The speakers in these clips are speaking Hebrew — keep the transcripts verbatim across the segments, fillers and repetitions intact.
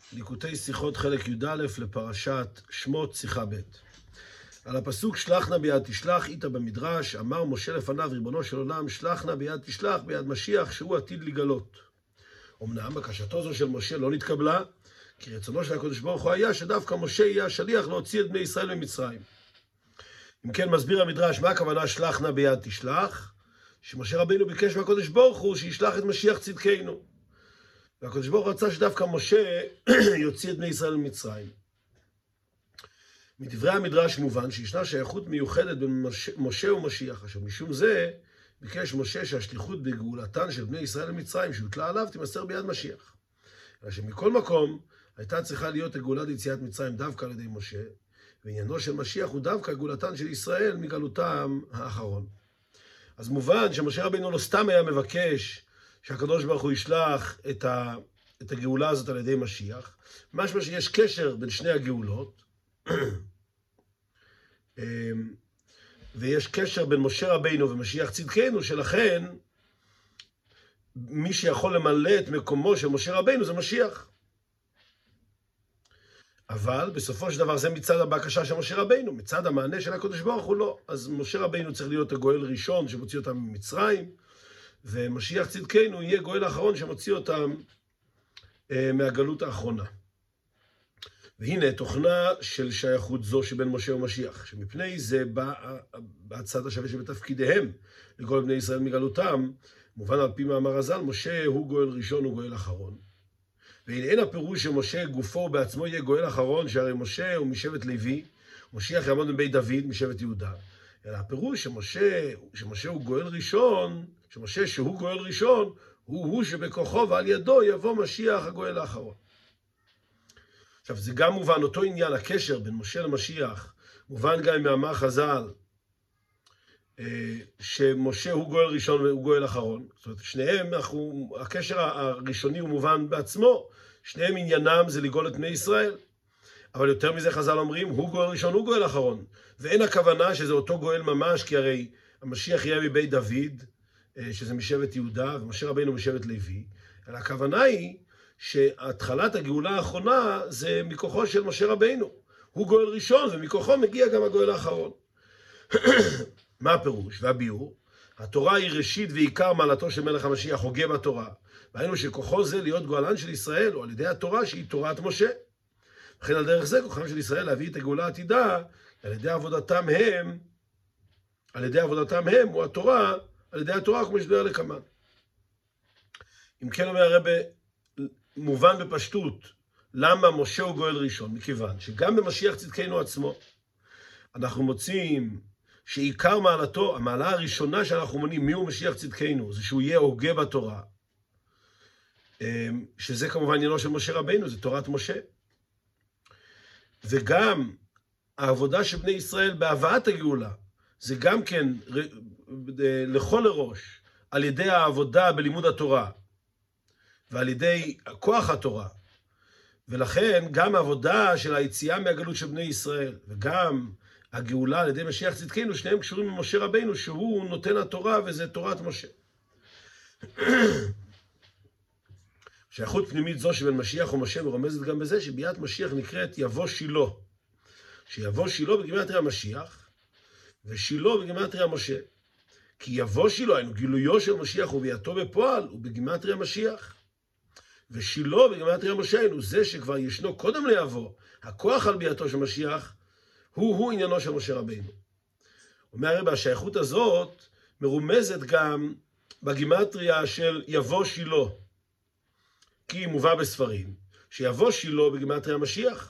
ליקוטי שיחות חלק י"א לפרשת שמות שיחה ב'. על הפסוק שלח נא ביד תשלח, איתה במדרש, אמר משה לפניו ריבונו של עולם, שלח נא ביד תשלח ביד משיח שהוא עתיד לגלות. אמנם בקשתו זו של משה לא נתקבלה, כי רצונו של הקדוש ברוך הוא היה שדווקא משה יהיה השליח להוציא את בני ישראל ממצרים. אם כן מסביר המדרש מה הכוונה שלח נא ביד תשלח, שמשה רבינו ביקש מהקדוש ברוך הוא שישלח את משיח צדקנו. והקדוש ברוך הוא רצה שדווקא משה יוציא את בני ישראל ממצרים. מדברי המדרש מובן שישנה שייכות מיוחדת בין משה ומשיח, אשר משום זה ביקש משה שהשליחות בגאולתן של בני ישראל למצרים שהוטלה עליו תימסר ביד משיח. אלא שמכל מקום הייתה צריכה להיות גאולת יציאת מצרים דווקא על ידי משה, ועניינו של משיח הוא דווקא גאולתן של ישראל מגלותם האחרון. אז מובן שמשה רבינו לא סתם היה מבקש שהקדוש ברוך הוא ישלח את, ה, את הגאולה הזאת על ידי משיח, משמע שיש קשר בין שני הגאולות, ויש קשר בין משה רבינו ומשיח צדקנו, שלכן מי שיכול למלא את מקומו של משה רבינו זה משיח. אבל בסופו של דבר זה מצד הבקשה של משה רבינו, מצד המענה של הקדוש ברוך הוא לא. אז משה רבינו צריך להיות הגואל ראשון שמוציא אותם ממצרים, ומשיח צדקנו יהיה גואל האחרון שמוציא אותם אה, מהגלות האחרונה. והנה תוכנה של שייכות זו שבין משה ומשיח, שמפני זה בא הצד השווה שבתפקידיהם לגאול בני ישראל מגלותם, מובן על פי מאמר הז"ל, משה הוא גואל ראשון וגואל אחרון. והנה אין הפירוש שמשה גופו בעצמו יהיה גואל אחרון, שהרי משה הוא משבט לוי, משיח יעמוד מבית דוד משבט יהודה. אלא הפירוש שמשה, שמשה הוא גואל ראשון, שמשה שהוא גואל ראשון, הוא הוא שבכוחו ועל ידו יבוא משיח הגואל האחרון. עכשיו זה גם מובן, אותו עניין, הקשר בין משה למשיח, מובן גם מאמר חז"ל, שמשה הוא גואל ראשון והוא גואל אחרון. זאת אומרת, שניהם, אנחנו, הקשר הראשוני הוא מובן בעצמו, שניהם עניינם זה לגאול את בני ישראל. אבל יותר מזה חז"ל אומרים, הוא גואל ראשון, הוא גואל אחרון. ואין הכוונה שזה אותו גואל ממש, כי הרי המשיח יהיה מבית דוד, שזה משבט יהודה, ומשה רבינו משבט לוי. אלא הכוונה היא שהתחלת הגאולה האחרונה זה מכוחו של משה רבינו. הוא גואל ראשון, ומכוחו מגיע גם הגואל האחרון. מה הפירוש והביאור? התורה היא ראשית ועיקר מעלתו של מלך המשיח, הוגה בתורה. והיינו שכוחו זה להיות גואלן של ישראל, או על ידי התורה שהיא תורת משה. וכן על דרך זה כוחם של ישראל להביא את הגאולה העתידה, על ידי עבודתם הם, על ידי עבודתם הם, הוא התורה, על ידי התורה כמו שדבר לקמן. אם כן אומר הרב, מובן בפשטות, למה משה הוא גואל ראשון? מכיוון שגם במשיח צדקנו עצמו, אנחנו מוצאים שעיקר מעלתו, המעלה הראשונה שאנחנו מונים, מי הוא משיח צדקנו? זה שהוא יהיה הוגה בתורה. שזה כמובן עניינו של משה רבינו, זה תורת משה. וגם העבודה של בני ישראל בהבאת הגאולה, זה גם כן לכל הראש, על ידי העבודה בלימוד התורה, ועל ידי כוח התורה. ולכן גם העבודה של היציאה מהגלות של בני ישראל, וגם הגאולה על ידי משיח צדקנו, שניהם קשורים למשה רבינו, שהוא נותן התורה, וזה תורת משה. שייכות פנימית זו שבין משיח ומשה מרומזת גם בזה שביאת משיח נקראת יבוא שילה. שיבוא שילה בגימטריה משיח, ושילה בגימטריה משה. כי יבוא שילה, היינו גילויו של משיח וביאתו בפועל, הוא בגימטריה משיח. ושילה בגימטריה משה, היינו זה שכבר ישנו קודם ליבוא, הכוח על ביאתו של משיח, הוא הוא עניינו של משה רבינו. אומר הרב, השייכות הזאת מרומזת גם בגימטריה של יבוא שילה. כי היא מובא בספרים, שיבוא שילה בגימטריה משיח,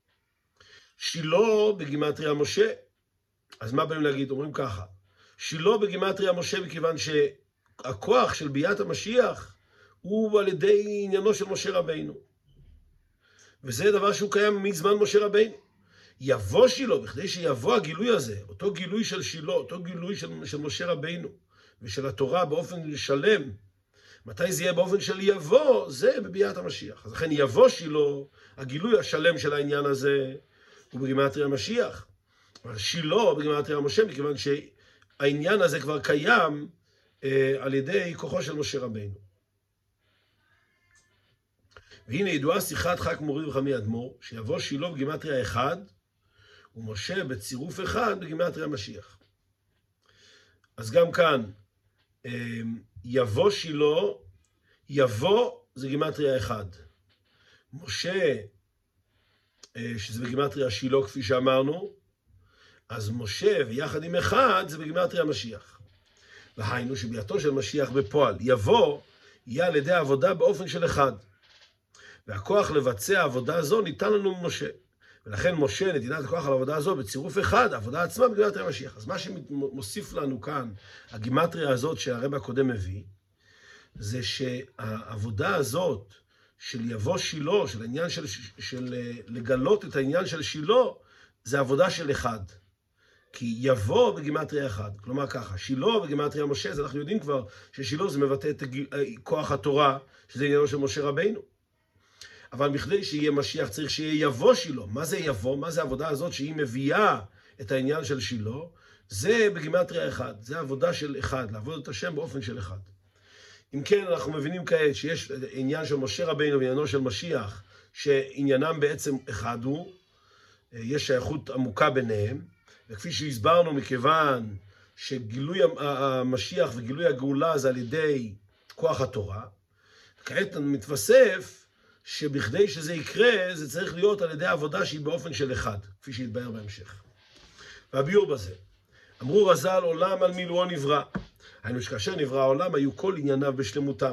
שילה בגימטריה משה. אז מה באים להגיד? אומרים ככה, שילה בגימטריה משה מכיוון שהכוח של ביאת המשיח הוא על ידי עניינו של משה רבינו. וזה דבר שהוא קיים מזמן משה רבינו. יבוא שילה, בכדי שיבוא הגילוי הזה, אותו גילוי של שילה, אותו גילוי של, של משה רבינו, ושל התורה באופן שלם, מתי זה יהיה באופן של יבוא? זה בביאת המשיח. אז לכן יבוא שילה, הגילוי השלם של העניין הזה, הוא בגימטריה המשיח. אבל שילה בגימטריה משה, מכיוון שהעניין הזה כבר קיים אה, על ידי כוחו של משה רבינו. והנה ידועה שיחת חק מוריד וחמי אדמו"ר, שיבוא שילה בגימטריה אחד, ומשה בצירוף אחד בגימטריה משיח. אז גם כאן, יבוא שילה, יבוא זה גימטריה אחד. משה, שזה בגימטריה שילה כפי שאמרנו, אז משה ויחד עם אחד זה בגימטריה משיח. והיינו שביאתו של משיח בפועל יבוא, יהיה על ידי העבודה באופן של אחד. והכוח לבצע העבודה הזו ניתן לנו ממשה. ולכן משה נתינת הכוח על העבודה הזו בצירוף אחד, העבודה עצמה בגימטריה משיח. אז מה שמוסיף לנו כאן, הגימטריה הזאת שהרב הקודם מביא, זה שהעבודה הזאת של יבוא שילה, של העניין של, של לגלות את העניין של שילה, זה עבודה של אחד. כי יבוא בגימטריה אחד. כלומר ככה, שילה בגימטריה משה, אז אנחנו יודעים כבר ששילה זה מבטא את כוח התורה, שזה עניינו של משה רבינו. אבל בכדי שיהיה משיח צריך שיהיה יבוא שילה. מה זה יבוא? מה זה העבודה הזאת שהיא מביאה את העניין של שילה? זה בגימטריה אחד. זה עבודה של אחד, לעבוד את השם באופן של אחד. אם כן, אנחנו מבינים כעת שיש עניין של משה רבינו ועניינו של משיח, שעניינם בעצם אחד הוא, יש שייכות עמוקה ביניהם, וכפי שהסברנו, מכיוון שגילוי המשיח וגילוי הגאולה זה על ידי כוח התורה, כעת מתווסף שבכדי שזה יקרה, זה צריך להיות על ידי עבודה שהיא באופן של אחד, כפי שהתבאר בהמשך. והביאור בזה, אמרו רז"ל, עולם על מילואו נברא. היינו שכאשר נברא העולם, היו כל ענייניו בשלמותם.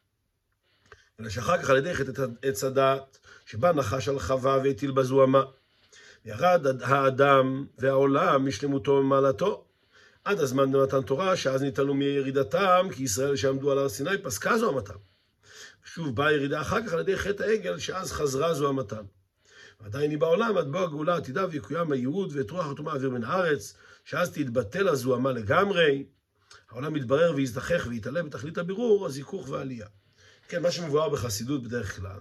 אלא שאחר כך על ידי חטא עץ הדעת, שבה נחש על חווה והטיל בזוהמה. ירד האדם והעולם משלמותו ומעלתו. עד הזמן למתן תורה, שאז ניתנו מירידתם, כי ישראל שעמדו על הר סיני פסקה זוהמתם. שוב באה ירידה אחר כך על ידי חטא העגל, שאז חזרה זוהמתם. ועדיין היא בעולם, עד בוא הגאולה עתידה ויקוים הייעוד ואת רוח הטומאה אוויר מן הארץ, שאז תתבטל הזוהמה לגמרי, העולם מתברר ויזדחך ויתעלה בתכלית הבירור, הזיכוך והעלייה. כן, מה שמבואר בחסידות בדרך כלל,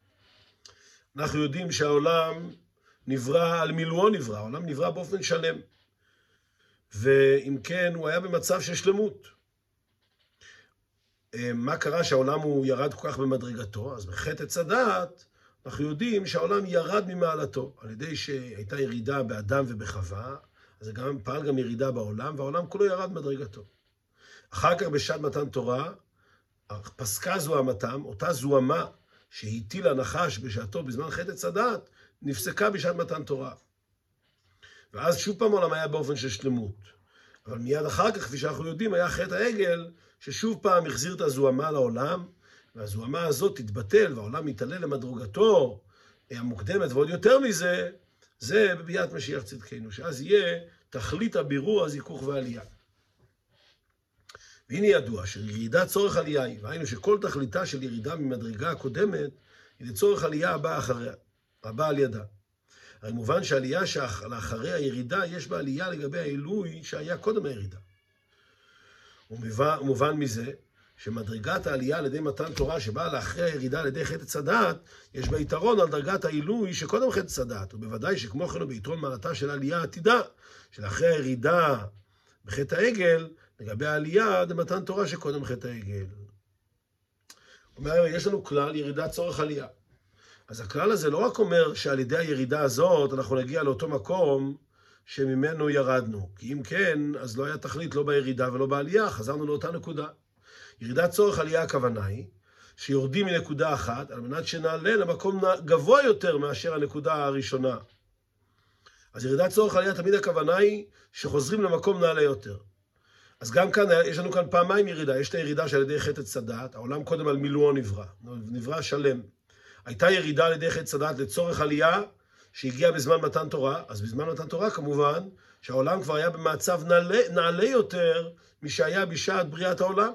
אנחנו יודעים שהעולם נברא על מילואו נברא, העולם נברא באופן שלם. ואם כן, הוא היה במצב של שלמות. מה קרה שהעולם הוא ירד כל כך במדרגתו? אז בחטא עץ הדעת, אנחנו יודעים שהעולם ירד ממעלתו, על ידי שהייתה ירידה באדם ובחווה, אז גם פעל גם ירידה בעולם, והעולם כולו ירד במדרגתו. אחר כך בשעת מתן תורה, פסקה זוהמתם, אותה זוהמה שהטיל הנחש בשעתו בזמן חטא עץ הדעת, נפסקה בשעת מתן תורה. ואז שוב פעם העולם היה באופן של שלמות. אבל מיד אחר כך, כפי שאנחנו יודעים, היה חטא העגל, ששוב פעם החזיר את הזוהמה לעולם, והזוהמה הזאת תתבטל, והעולם יתעלה למדרגתו המוקדמת, ועוד יותר מזה, זה בביאת משיח צדקנו, שאז יהיה תכלית הבירור, הזיכוך והעלייה. והנה ידוע שירידה צורך עלייה היא, והיינו שכל תכליתה של ירידה ממדרגה הקודמת, היא לצורך עלייה הבאה אחריה, הבאה על ידה. הרי מובן שהעלייה שלאחרי הירידה, יש בה עלייה לגבי העילוי שהיה קודם הירידה. ומובן מזה, שמדרגת העלייה על ידי מתן תורה שבאה לאחרי הירידה על ידי חטא עץ הדעת, יש בה יתרון על דרגת העילוי שקודם חטא עץ הדעת, ובוודאי שכמו כן הוא ביתרון מעלתה של העלייה העתידה, שלאחרי הירידה בחטא העגל, לגבי העלייה למתן תורה שקודם חטא העגל. אומר, יש לנו כלל ירידת צורך עלייה. אז הכלל הזה לא רק אומר שעל ידי הירידה הזאת אנחנו נגיע לאותו מקום שממנו ירדנו. כי אם כן, אז לא היה תכלית לא בירידה ולא בעלייה, חזרנו לאותה נקודה. ירידת צורך עלייה הכוונה היא שיורדים מנקודה אחת על מנת שנעלה למקום גבוה יותר מאשר הנקודה הראשונה. אז ירידת צורך עלייה תמיד הכוונה היא שחוזרים למקום נעלה יותר. אז גם כאן, יש לנו כאן פעמיים ירידה. יש את הירידה שעל ידי חטא עץ הדעת, העולם קודם על מילואו נברא, נברא שלם. הייתה ירידה על ידי חטא עץ הדעת לצורך עלייה שהגיעה בזמן מתן תורה, אז בזמן מתן תורה כמובן שהעולם כבר היה במצב נעלה, נעלה יותר משהיה בשעת בריאת העולם.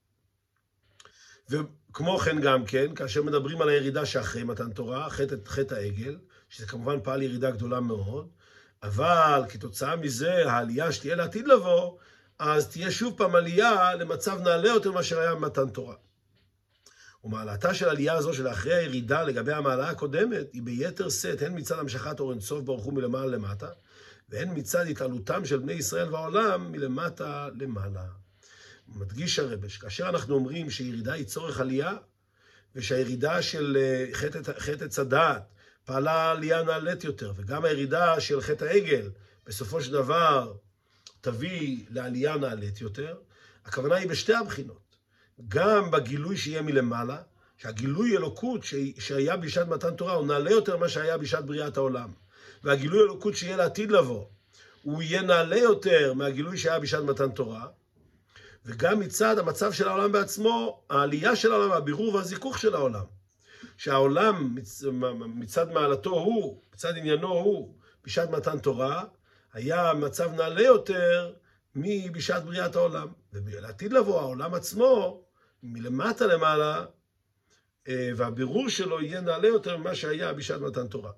וכמו כן גם כן, כאשר מדברים על הירידה שאחרי מתן תורה, חטא, חטא העגל, שזה כמובן פעל ירידה גדולה מאוד, אבל כתוצאה מזה העלייה שתהיה לעתיד לבוא, אז תהיה שוב פעם עלייה למצב נעלה יותר מאשר היה במתן תורה. ומעלתה של העלייה הזו של אחרי הירידה לגבי המעלה הקודמת, היא ביתר שאת, הן מצד המשכת אור אין סוף ברוך הוא מלמעלה למטה, והן מצד התעלותם של בני ישראל והעולם מלמטה למעלה. מדגיש הרב, כאשר אנחנו אומרים שירידה היא צורך עלייה, ושהירידה של חטא עץ הדעת פעלה עלייה נעלית יותר, וגם הירידה של חטא העגל בסופו של דבר תביא לעלייה נעלית יותר, הכוונה היא בשתי הבחינות. גם בגילוי שיהיה מלמעלה, שהגילוי אלוקות שהיה בשעת מתן תורה הוא נעלה יותר ממה שהיה בשעת בריאת העולם. והגילוי אלוקות שיהיה לעתיד לבוא, הוא יהיה נעלה יותר מהגילוי שהיה בשעת מתן תורה. וגם מצד המצב של העולם בעצמו, העלייה של העולם, הבירור והזיכוך של העולם. שהעולם מצד מעלתו הוא, מצד עניינו הוא, בשעת מתן תורה, היה מצב נעלה יותר מבשעת בריאת העולם. ולעתיד לבוא, העולם עצמו, מלמטה למעלה, והבירור שלו יהיה נעלה יותר ממה שהיה בשעת מתן תורה.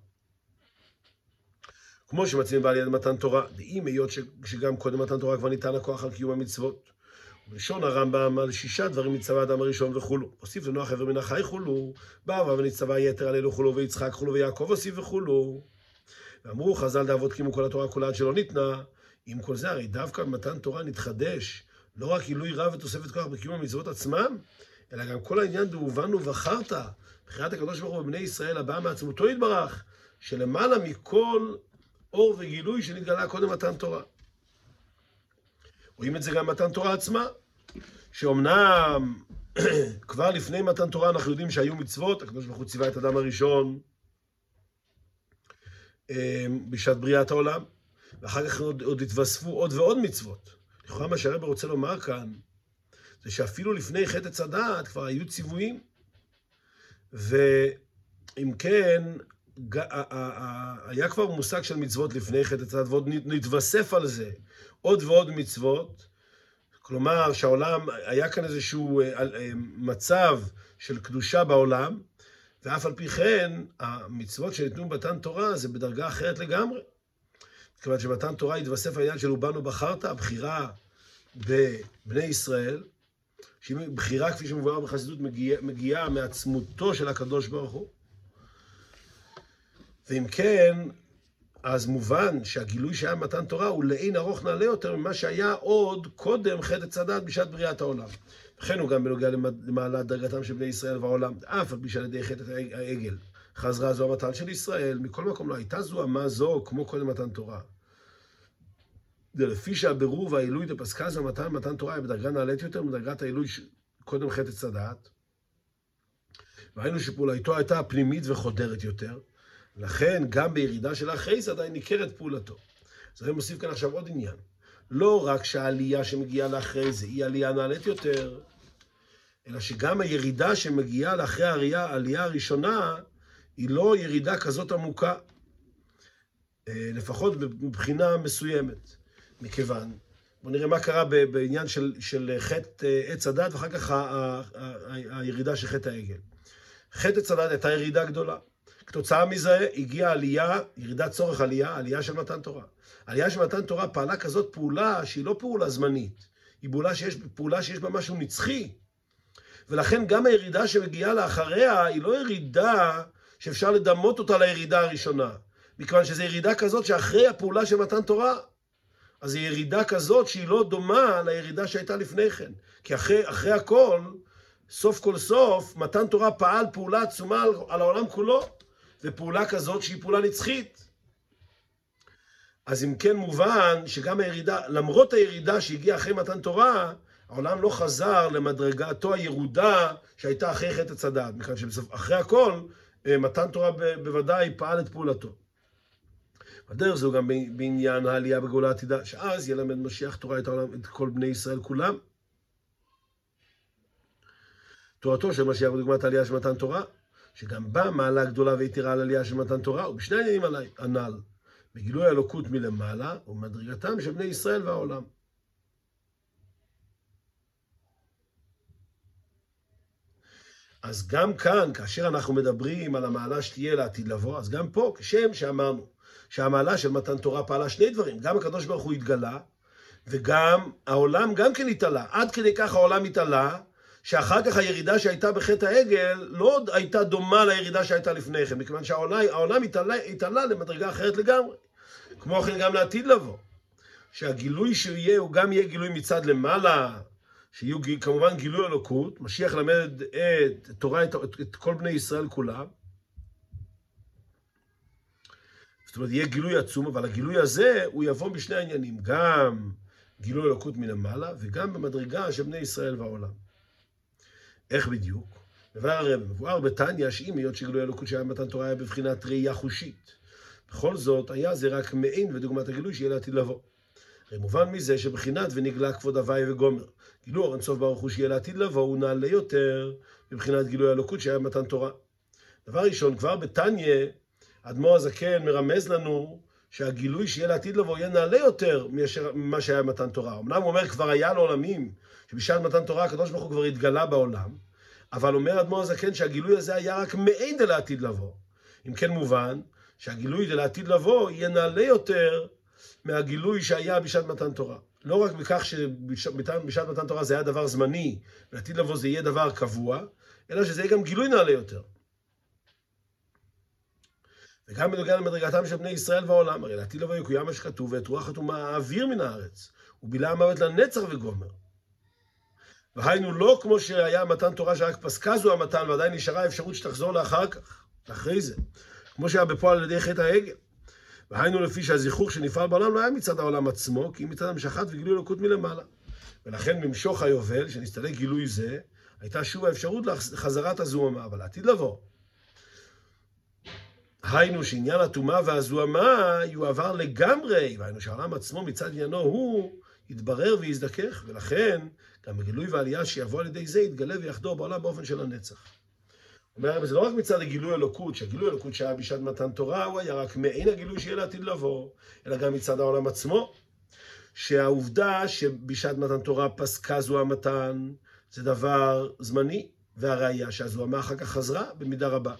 כמו שמציעים בעל יד מתן תורה, ואם היות שגם קודם מתן תורה כבר ניתן הכוח על קיום המצוות. בלשון הרמב"ם על שישה דברים מצווה האדם הראשון וכולו. הוסיף לנוח איבר מן החי חולו, באברהם ונצטווה יתר על אלו חולו, ויצחק חולו, ויעקב הוסיף וכולו. ואמרו חז"ל דאבות קימו כל התורה כולה עד שלא ניתנה. עם כל זה הרי דווקא במתן תורה נתחדש, לא רק עילוי רב ותוספת כוח בקיום המצוות עצמם, אלא גם כל העניין דאובן ובחרת, בחירת הקדוש ברוך הוא בבני ישראל הבאה מעצמותו יתברך, שלמעלה מכל אור וגילוי שנתגלה קודם מתן תורה. רואים את זה גם מתן תורה עצמה, שאומנם כבר לפני מתן תורה אנחנו יודעים שהיו מצוות, הקדוש ברוך הוא ציווה את האדם הראשון בשעת בריאת העולם, ואחר כך עוד, עוד התווספו עוד ועוד מצוות. לכאורה מה שהרב רוצה לומר כאן, זה שאפילו לפני חטא עץ הדעת כבר היו ציוויים, ואם כן, היה כבר מושג של מצוות לפני חטא עץ הדעת, ועוד נתווסף על זה עוד ועוד מצוות, כלומר שהעולם, היה כאן איזשהו מצב של קדושה בעולם, ואף על פי כן, המצוות שניתנו במתן תורה זה בדרגה אחרת לגמרי. כיוון שבמתן תורה התווסף העניין של ובנו בחרת, הבחירה בבני ישראל, שהיא בחירה כפי שמובהר בחסידות מגיעה מגיע מעצמותו של הקדוש ברוך הוא. ואם כן, אז מובן שהגילוי שהיה במתן תורה הוא לאין ארוך נעלה יותר ממה שהיה עוד קודם חטא עץ הדעת בשעת בריאת העולם. וכן הוא גם בנוגע למעלת דרגתם של בני ישראל והעולם, אף על פי שעל ידי חטא העגל חזרה זו המתן של ישראל, מכל מקום לא הייתה זו אמה זו כמו קודם מתן תורה. זה לפי שהבירור והעילוי דפסקה זו מתן מתן תורה היא בדרגה נעלית יותר מדרגת העילוי קודם חטא עץ הדעת. והיינו שפעולתו הייתה פנימית וחודרת יותר, לכן גם בירידה של אחרי זה עדיין ניכרת פעולתו. אז אני מוסיף כאן עכשיו עוד עניין. לא רק שהעלייה שמגיעה לאחרי זה היא עלייה נעלית יותר, אלא שגם הירידה שמגיעה לאחרי העלייה, העלייה הראשונה, היא לא ירידה כזאת עמוקה, לפחות מבחינה מסוימת. מכיוון, בואו נראה מה קרה בעניין של, של חטא עץ הדעת, ואחר כך ה, ה, ה, ה, הירידה של חטא העגל. חטא עץ הדעת הייתה ירידה גדולה. כתוצאה מזה הגיעה עלייה, ירידת צורך עלייה, עלייה של מתן תורה. עלייה של מתן תורה פעלה כזאת פעולה שהיא לא פעולה זמנית, היא פעולה שיש, פעולה שיש בה משהו נצחי. ולכן גם הירידה שמגיעה לאחריה היא לא ירידה שאפשר לדמות אותה לירידה הראשונה. מכיוון שזו ירידה כזאת שאחרי הפעולה של מתן תורה, אז זו ירידה כזאת שהיא לא דומה לירידה שהייתה לפני כן. כי אחרי, אחרי הכל, סוף כל סוף, מתן תורה פעל פעולה עצומה על, על העולם כולו, ופעולה כזאת שהיא פעולה נצחית. אז אם כן מובן שגם הירידה, למרות הירידה שהגיעה אחרי מתן תורה, העולם לא חזר למדרגתו הירודה שהייתה אחרי חטא עץ הדעת. מכיוון שאחרי הכל, מתן תורה בוודאי פעל את פעולתו. בדרך זו גם בעניין העלייה בגאולה העתידה, שאז ילמד משיח תורה את העולם, את כל בני ישראל כולם. תורתו של משיח בדוגמת העלייה של מתן תורה, שגם בה מעלה גדולה ויתרה על עלייה של מתן תורה, ובשני העניינים עלי, הנ"ל, בגילוי האלוקות מלמעלה, ומדרגתם של בני ישראל והעולם. אז גם כאן, כאשר אנחנו מדברים על המעלה שתהיה לעתיד לבוא, אז גם פה, כשם שאמרנו, שהמעלה של מתן תורה פעלה שני דברים, גם הקדוש ברוך הוא התגלה, וגם העולם גם כן התעלה. עד כדי כך העולם התעלה, שאחר כך הירידה שהייתה בחטא העגל, לא הייתה דומה לירידה שהייתה לפני כן, מכיוון שהעולם התעלה, התעלה למדרגה אחרת לגמרי. כמו כן גם לעתיד לבוא, שהגילוי שיהיה, הוא גם יהיה גילוי מצד למעלה, שיהיו כמובן גילוי אלוקות, משיח למד את תורה, את, את כל בני ישראל כולם. זאת אומרת, יהיה גילוי עצום, אבל הגילוי הזה הוא יבוא בשני העניינים, גם גילוי אלוקות מלמעלה, וגם במדרגה של בני ישראל והעולם. איך בדיוק? מבאר הרב, מבואר בתניא, שאם היות שגילוי אלוקות שהיה מתן תורה היה בבחינת ראייה חושית. בכל זאת, היה זה רק מעין ודוגמת הגילוי שיהיה לעתיד לבוא. הרי מובן מזה שבחינת ונגלה כבוד הוואי וגומר. גילוי אור אינסוף ברוך הוא שיהיה לעתיד לבוא, הוא נעלה יותר מבחינת גילוי אלוקות שהיה מתן תורה. דבר ראשון, כבר בתניא, אדמו"ר הזקן מרמז לנו שהגילוי שיהיה לעתיד לבוא יהיה נעלה יותר ממה שהיה מתן תורה. אמנם הוא אומר כבר היה לעולמים, שבשעת מתן תורה הקדוש ברוך הוא כבר התגלה בעולם, אבל אומר אדמו"ר הזקן שהגילוי הזה היה רק מעין דלעתיד לבוא. אם כן מובן שהגילוי דלעתיד לבוא יהיה נעלה יותר מהגילוי שהיה בשעת מתן תורה. לא רק בכך שבשעת מתן תורה זה היה דבר זמני, ולעתיד לבוא זה יהיה דבר קבוע, אלא שזה יהיה גם גילוי נעלה יותר. וגם בנוגע למדרגתם של בני ישראל והעולם, הרי לעתיד לבוא יקוים מה שכתוב, ואת רוח חתומה האוויר מן הארץ, ובילה המוות לנצח וגומר. והיינו לא כמו שהיה מתן תורה שרק פסקה זו המתן, ועדיין נשארה האפשרות שתחזור לאחר כך, אחרי זה, כמו שהיה בפועל על ידי חטא העגל. והיינו לפי שהזיכוך שנפעל בעולם לא היה מצד העולם עצמו, כי מצד המשכת וגילוי אלוקות מלמעלה. ולכן ממשוך היובל, שנסתלק גילוי זה, הייתה שוב האפשרות לחזרת הזוהמה, אבל לעתיד לבוא. היינו שעניין הטומאה והזוהמה יועבר לגמרי, והיינו שהעולם עצמו מצד עניינו הוא יתברר ויזדכך, ולכן גם הגילוי והעלייה שיבוא על ידי זה יתגלה ויחדור בעולם באופן של הנצח. אומר, זה לא רק מצד הגילוי אלוקות, שהגילוי אלוקות שהיה בשעת מתן תורה, הוא היה רק מעין הגילוי שיהיה לעתיד לבוא, אלא גם מצד העולם עצמו, שהעובדה שבשעת מתן תורה פסקה זוהמתן, זה דבר זמני, והראיה שהזוהמה אחר כך חזרה במידה רבה.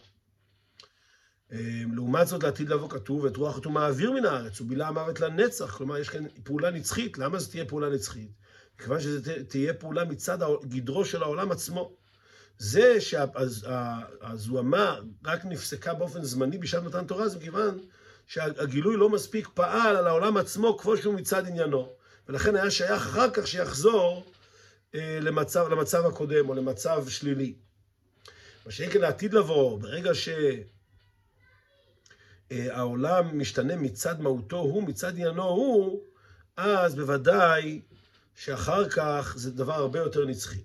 לעומת זאת לעתיד לבוא כתוב, את רוח חתומה האוויר מן הארץ, ובילה המוות לנצח, כלומר יש כאן פעולה נצחית. למה זה תהיה פעולה נצחית? מכיוון שזה תהיה פעולה מצד גדרו של העולם עצמו. זה שהזוהמה רק נפסקה באופן זמני בשעת מתן תורה, זה מכיוון שהגילוי לא מספיק פעל על העולם עצמו כמו שהוא מצד עניינו, ולכן היה שייך אחר כך שיחזור למצב, למצב הקודם או למצב שלילי. מה שכן לעתיד לבוא, ברגע שהעולם משתנה מצד מהותו הוא, מצד עניינו הוא, אז בוודאי שאחר כך זה דבר הרבה יותר נצחי.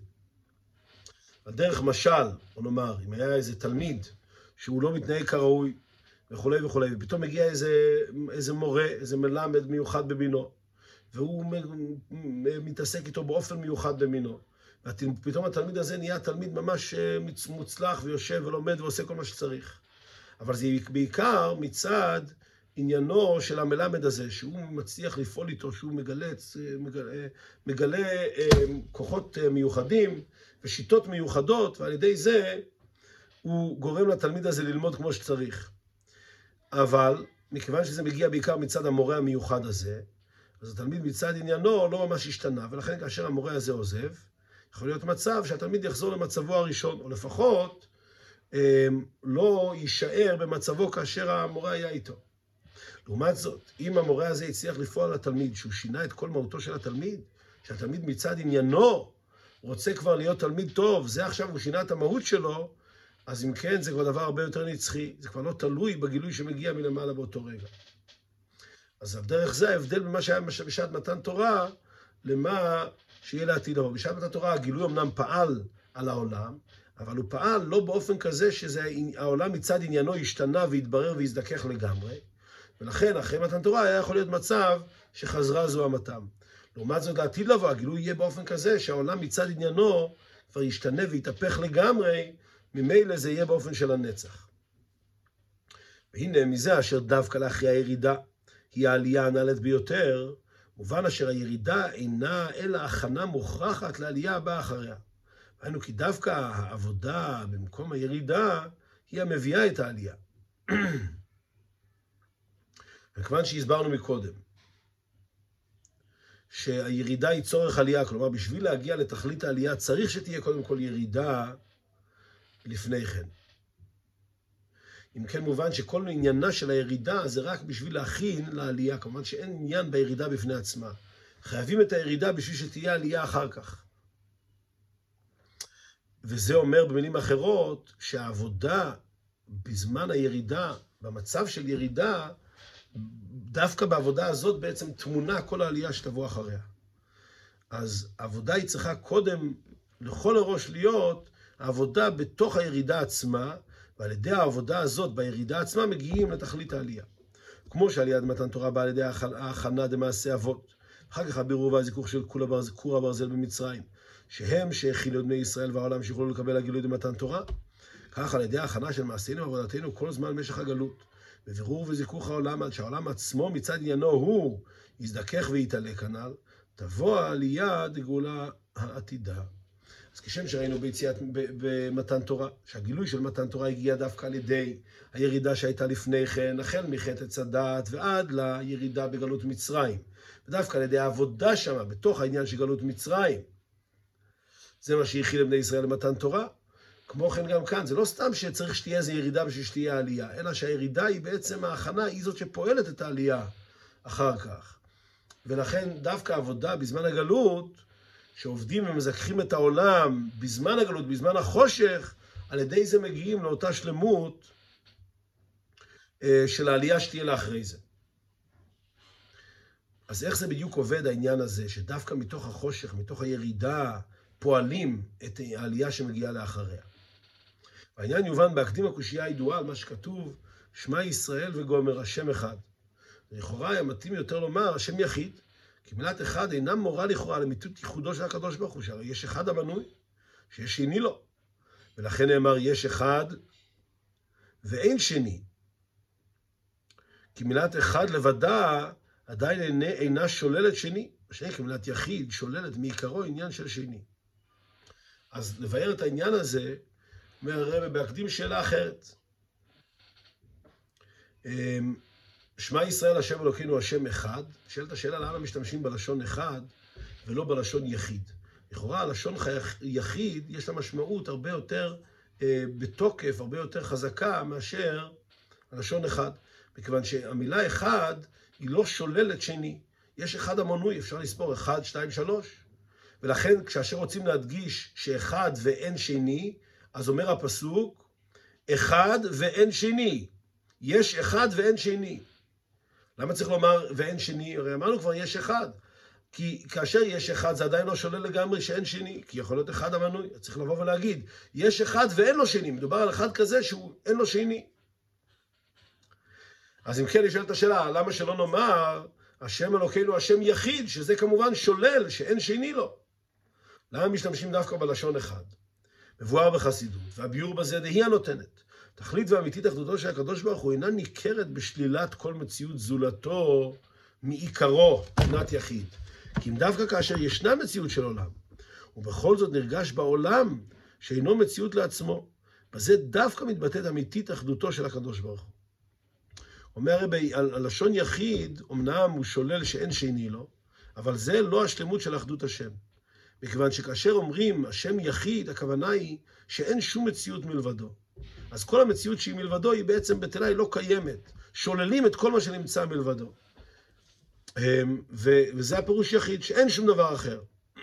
הדרך משל, או נאמר, אם היה איזה תלמיד שהוא לא מתנהג כראוי וכו' וכו', ופתאום מגיע איזה, איזה מורה, איזה מלמד מיוחד במינו, והוא מתעסק איתו באופן מיוחד במינו, ופתאום התלמיד הזה נהיה תלמיד ממש מוצלח ויושב ולומד ועושה כל מה שצריך. אבל זה בעיקר מצד עניינו של המלמד הזה, שהוא מצליח לפעול איתו, שהוא מגלה, מגלה, מגלה כוחות מיוחדים ושיטות מיוחדות, ועל ידי זה הוא גורם לתלמיד הזה ללמוד כמו שצריך. אבל מכיוון שזה מגיע בעיקר מצד המורה המיוחד הזה, אז התלמיד מצד עניינו לא ממש השתנה, ולכן כאשר המורה הזה עוזב, יכול להיות מצב שהתלמיד יחזור למצבו הראשון, או לפחות לא יישאר במצבו כאשר המורה היה איתו. לעומת זאת, אם המורה הזה הצליח לפעול על התלמיד, שהוא שינה את כל מהותו של התלמיד, שהתלמיד מצד עניינו רוצה כבר להיות תלמיד טוב, זה עכשיו הוא שינה את המהות שלו, אז אם כן זה כבר דבר הרבה יותר נצחי, זה כבר לא תלוי בגילוי שמגיע מלמעלה באותו רגע. אז בדרך זה ההבדל במה שהיה בשעת מתן תורה, למה שיהיה לעתיד לבוא. בשעת מתן תורה הגילוי אמנם פעל על העולם, אבל הוא פעל לא באופן כזה שהעולם מצד עניינו השתנה והתברר והזדכך לגמרי, ולכן אחרי מתן תורה היה יכול להיות מצב שחזרה זוהמתם. לעומת זאת לעתיד לבוא, הגילוי יהיה באופן כזה שהעולם מצד עניינו כבר ישתנה ויתהפך לגמרי, ממילא זה יהיה באופן של הנצח. והנה מזה אשר דווקא לאחרי הירידה היא העלייה הנעלית ביותר, מובן אשר הירידה אינה אלא הכנה מוכרחת לעלייה הבאה אחריה. ראינו כי דווקא העבודה במקום הירידה היא המביאה את העלייה. וכיוון שהסברנו מקודם, שהירידה היא צורך עלייה, כלומר בשביל להגיע לתכלית העלייה צריך שתהיה קודם כל ירידה לפני כן. אם כן מובן שכל עניינה של הירידה זה רק בשביל להכין לעלייה, כמובן שאין עניין בירידה בפני עצמה. חייבים את הירידה בשביל שתהיה עלייה אחר כך. וזה אומר במילים אחרות שהעבודה בזמן הירידה, במצב של ירידה, דווקא בעבודה הזאת בעצם תמונה כל העלייה שתבוא אחריה. אז העבודה היא צריכה קודם לכל הראש להיות העבודה בתוך הירידה עצמה, ועל ידי העבודה הזאת בירידה עצמה מגיעים לתכלית העלייה. כמו שעליית מתן תורה באה על ידי ההכנה דמעשה אבות, אחר כך הבירור והזיכוך של כור הברזל במצרים, שהם שהכילו את בני ישראל והעולם שיוכלו לקבל הגילוי דמתן תורה, כך על ידי ההכנה של מעשינו ועבודתנו כל זמן במשך הגלות, בבירור וזיכוך העולם, עד שהעולם עצמו מצד עניינו הוא יזדכך ויתעלה כנ"ל, תבוא העלייה דגאולה העתידה. אז כשם שראינו ביציאת, במתן תורה, שהגילוי של מתן תורה הגיע דווקא על ידי הירידה שהייתה לפני כן, החל מחטא עץ הדעת ועד לירידה בגלות מצרים. ודווקא על ידי העבודה שמה, בתוך העניין של גלות מצרים, זה מה שהכיל לבני ישראל למתן תורה. כמו כן גם כאן, זה לא סתם שצריך שתהיה איזו ירידה בשביל שתהיה עלייה, אלא שהירידה היא בעצם ההכנה, היא זאת שפועלת את העלייה אחר כך. ולכן דווקא העבודה בזמן הגלות, שעובדים ומזכחים את העולם בזמן הגלות, בזמן החושך, על ידי זה מגיעים לאותה שלמות של העלייה שתהיה לאחרי זה. אז איך זה בדיוק עובד העניין הזה, שדווקא מתוך החושך, מתוך הירידה, פועלים את העלייה שמגיעה לאחריה? העניין יובן בהקדים הקושייה הידועה על מה שכתוב, שמע ישראל וגומר, השם אחד. לכאורה היה מתאים יותר לומר, השם יחיד, כי מילת אחד אינה מורה לכאורה למיתות ייחודו של הקדוש ברוך הוא, שהרי יש אחד המנוי, שיש שני לו. ולכן נאמר, יש אחד ואין שני. כי מילת אחד לבדה עדיין אינה שוללת שני, השני כמילת יחיד שוללת מעיקרו עניין של שני. אז לבאר את העניין הזה, אומר הרב בהקדים שאלה אחרת. שמע ישראל השם אלוקינו השם אחד, שאלת השאלה למה משתמשים בלשון אחד ולא בלשון יחיד. לכאורה הלשון יחיד יש לה משמעות הרבה יותר אה, בתוקף, הרבה יותר חזקה מאשר הלשון אחד. מכיוון שהמילה אחד היא לא שוללת שני. יש אחד המנוי, אפשר לספור אחד, שתיים, שלוש. ולכן כאשר רוצים להדגיש שאחד ואין שני, אז אומר הפסוק, אחד ואין שני. יש אחד ואין שני. למה צריך לומר ואין שני? הרי אמרנו כבר יש אחד. כי כאשר יש אחד זה עדיין לא שולל לגמרי שאין שני, כי יכול להיות אחד המנוי. צריך לבוא ולהגיד, יש אחד ואין לו שני. מדובר על אחד כזה שהוא אין לו שני. אז אם כן נשאלת את השאלה, למה שלא נאמר, השם אלוקינו השם יחיד, שזה כמובן שולל שאין שני לו. למה משתמשים דווקא בלשון אחד? מבואר בחסידות, והביור בזה דהי הנותנת. תכלית ואמיתית אחדותו של הקדוש ברוך הוא אינה ניכרת בשלילת כל מציאות זולתו מעיקרו, מבחינת יחיד. כי אם דווקא כאשר ישנה מציאות של עולם, ובכל זאת נרגש בעולם שאינו מציאות לעצמו, בזה דווקא מתבטאת אמיתית אחדותו של הקדוש ברוך הוא. אומר הרבי, על הלשון יחיד, אמנם הוא שולל שאין שני לו, אבל זה לא השלמות של אחדות השם. מכיוון שכאשר אומרים השם יחיד, הכוונה היא שאין שום מציאות מלבדו. אז כל המציאות שהיא מלבדו היא בעצם בטלה, היא לא קיימת. שוללים את כל מה שנמצא מלבדו. וזה הפירוש יחיד, שאין שום דבר אחר.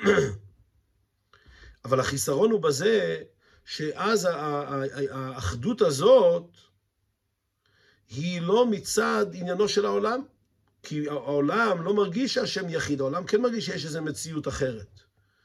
אבל החיסרון הוא בזה, שאז האחדות הזאת, היא לא מצד עניינו של העולם. כי העולם לא מרגיש שהשם יחיד, העולם כן מרגיש שיש איזו מציאות אחרת.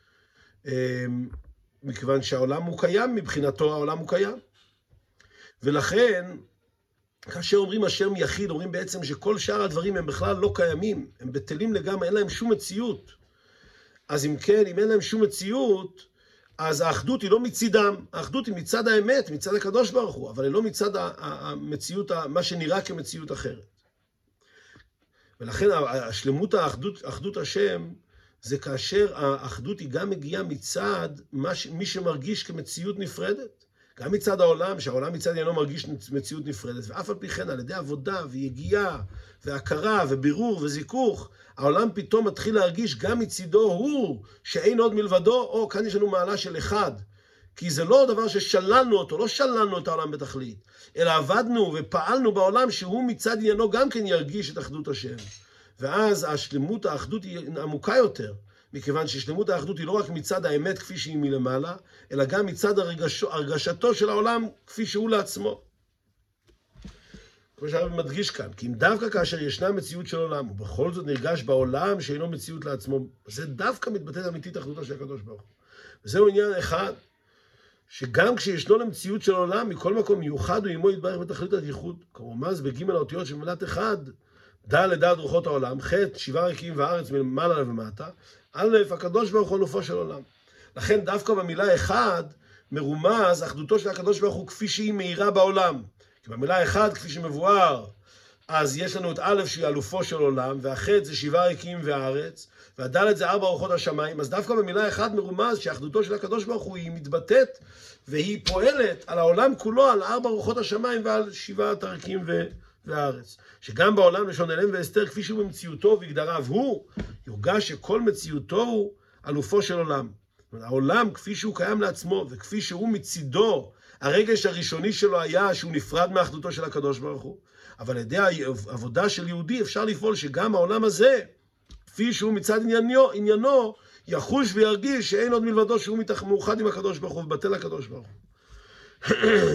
מכיוון שהעולם הוא קיים, מבחינתו העולם הוא קיים. ולכן, כאשר אומרים השם יחיד, אומרים בעצם שכל שאר הדברים הם בכלל לא קיימים, הם בטלים לגמרי, אין להם שום מציאות. אז אם כן, אם אין להם שום מציאות, אז האחדות היא לא מצידם, האחדות היא מצד האמת, מצד הקדוש ברוך הוא, אבל היא לא מצד המציאות, מה שנראה כמציאות אחרת. ולכן השלמות האחדות, אחדות השם, זה כאשר האחדות היא גם מגיעה מצד מי שמרגיש כמציאות נפרדת. גם מצד העולם, שהעולם מצד אינו מרגיש מציאות נפרדת, ואף על פי כן על ידי עבודה ויגיעה והכרה ובירור וזיכוך, העולם פתאום מתחיל להרגיש גם מצידו הוא שאין עוד מלבדו, או כאן יש לנו מעלה של אחד. כי זה לא דבר ששללנו אותו, לא שללנו את העולם בתכלית, אלא עבדנו ופעלנו בעולם שהוא מצד עניינו גם כן ירגיש את אחדות השם. ואז השלמות האחדות היא עמוקה יותר, מכיוון ששלמות האחדות היא לא רק מצד האמת כפי שהיא מלמעלה, אלא גם מצד הרגש... הרגשתו של העולם כפי שהוא לעצמו. כמו שהרב מדגיש כאן, כי אם דווקא כאשר ישנה מציאות של עולם, ובכל זאת נרגש בעולם שאינו מציאות לעצמו, זה דווקא מתבטא אמיתית אחדותו של הקדוש ברוך הוא. וזהו עניין אחד, שגם כשישנו למציאות של עולם, מכל מקום מיוחד הוא עמו יתברך בתכלית הייחוד. כרומז בגימל האותיות של מילת אחד, ד' לדעת רוחות העולם, ח' שבעה ריקים וארץ מלמעלה ומטה, א' הקדוש ברוך הוא אלופו של עולם. לכן דווקא במילה אחד מרומז אחדותו של הקדוש ברוך הוא כפי שהיא מאירה בעולם. כי במילה אחד כפי שמבואר, אז יש לנו את א' שהיא אלופו של עולם, והח' זה שבעה ריקים וארץ, והד' זה ארבע רוחות השמיים. אז דווקא במילה אחד מרומז שאחדותו של הקדוש ברוך הוא היא מתבטאת והיא פועלת על העולם כולו, על ארבע רוחות השמיים ועל שבעת הריקים ו... והארץ. שגם בעולם לשון אלם ואסתר כפי שהוא במציאותו והגדריו הוא, יורגש שכל מציאותו הוא אלופו של עולם. העולם כפי שהוא קיים לעצמו וכפי שהוא מצידו, הרגש הראשוני שלו היה שהוא נפרד מאחדותו של הקדוש ברוך הוא. אבל על ידי העבודה של יהודי אפשר לפעול שגם העולם הזה, כפי שהוא מצד עניינו, עניינו יחוש וירגיש שאין עוד מלבדו שהוא מאוחד עם הקדוש ברוך הוא ובטל הקדוש ברוך הוא.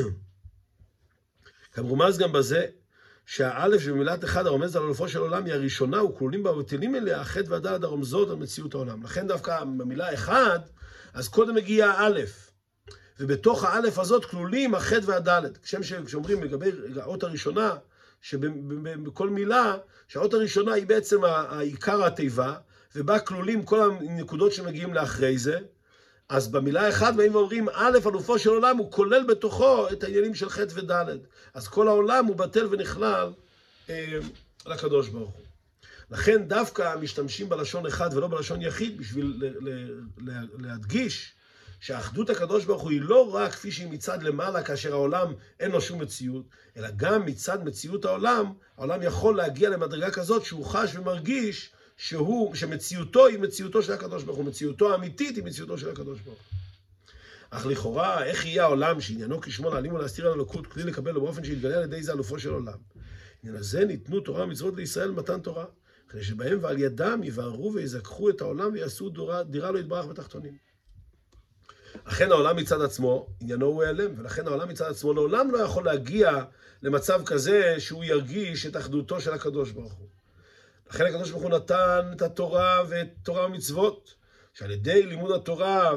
כמרומז גם בזה, שהאלף שבמילת אחד הרומז על אלופו של עולם היא הראשונה, וכלולים בה ובטלים אליה החטא והדעת הרומזות על מציאות העולם. לכן דווקא במילה אחד, אז קודם מגיע האלף. ובתוך האלף הזאת כלולים החטא והדלת. כשאומרים לגבי האות הראשונה, שבכל מילה, שהאות הראשונה היא בעצם העיקר התיבה, ובה כלולים כל הנקודות שמגיעים לאחרי זה, אז במילה אחד באים ואומרים, א' אלופו של עולם, הוא כולל בתוכו את העניינים של חטא ודלת. אז כל העולם הוא בטל ונכלל אה, לקדוש ברוך הוא. לכן דווקא משתמשים בלשון אחד ולא בלשון יחיד, בשביל ל- ל- ל- להדגיש שהאחדות הקדוש ברוך הוא היא לא רק כפי שהיא מצד למעלה, כאשר העולם אין לו שום מציאות, אלא גם מצד מציאות העולם, העולם יכול להגיע למדרגה כזאת שהוא חש ומרגיש, שהוא, שמציאותו היא מציאותו של הקדוש ברוך הוא, מציאותו האמיתית היא מציאותו של הקדוש ברוך הוא. אך לכאורה, איך יהיה העולם שעניינו כשמו להעלים ולהסתיר על אלוקות, כלי לקבל לו באופן שיתגלה על ידי זה אלופו של עולם? עניין הזה ניתנו תורה ומצוות לישראל מתן תורה, כדי שבהם ועל ידם יבערו ויזכחו את העולם ויעשו דירה, דירה לא יתברך בתחתונים. אכן העולם מצד עצמו, עניינו הוא העלם, ולכן העולם מצד עצמו לעולם לא יכול להגיע למצב כזה שהוא ירגיש את אחדותו של הקדוש ברוך הוא. לכן הקדוש ברוך הוא נתן את התורה ואת תורה ומצוות, שעל ידי לימוד התורה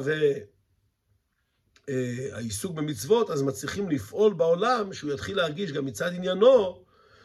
והעיסוק במצוות, אז מצליחים לפעול בעולם שהוא יתחיל להרגיש גם מצד עניינו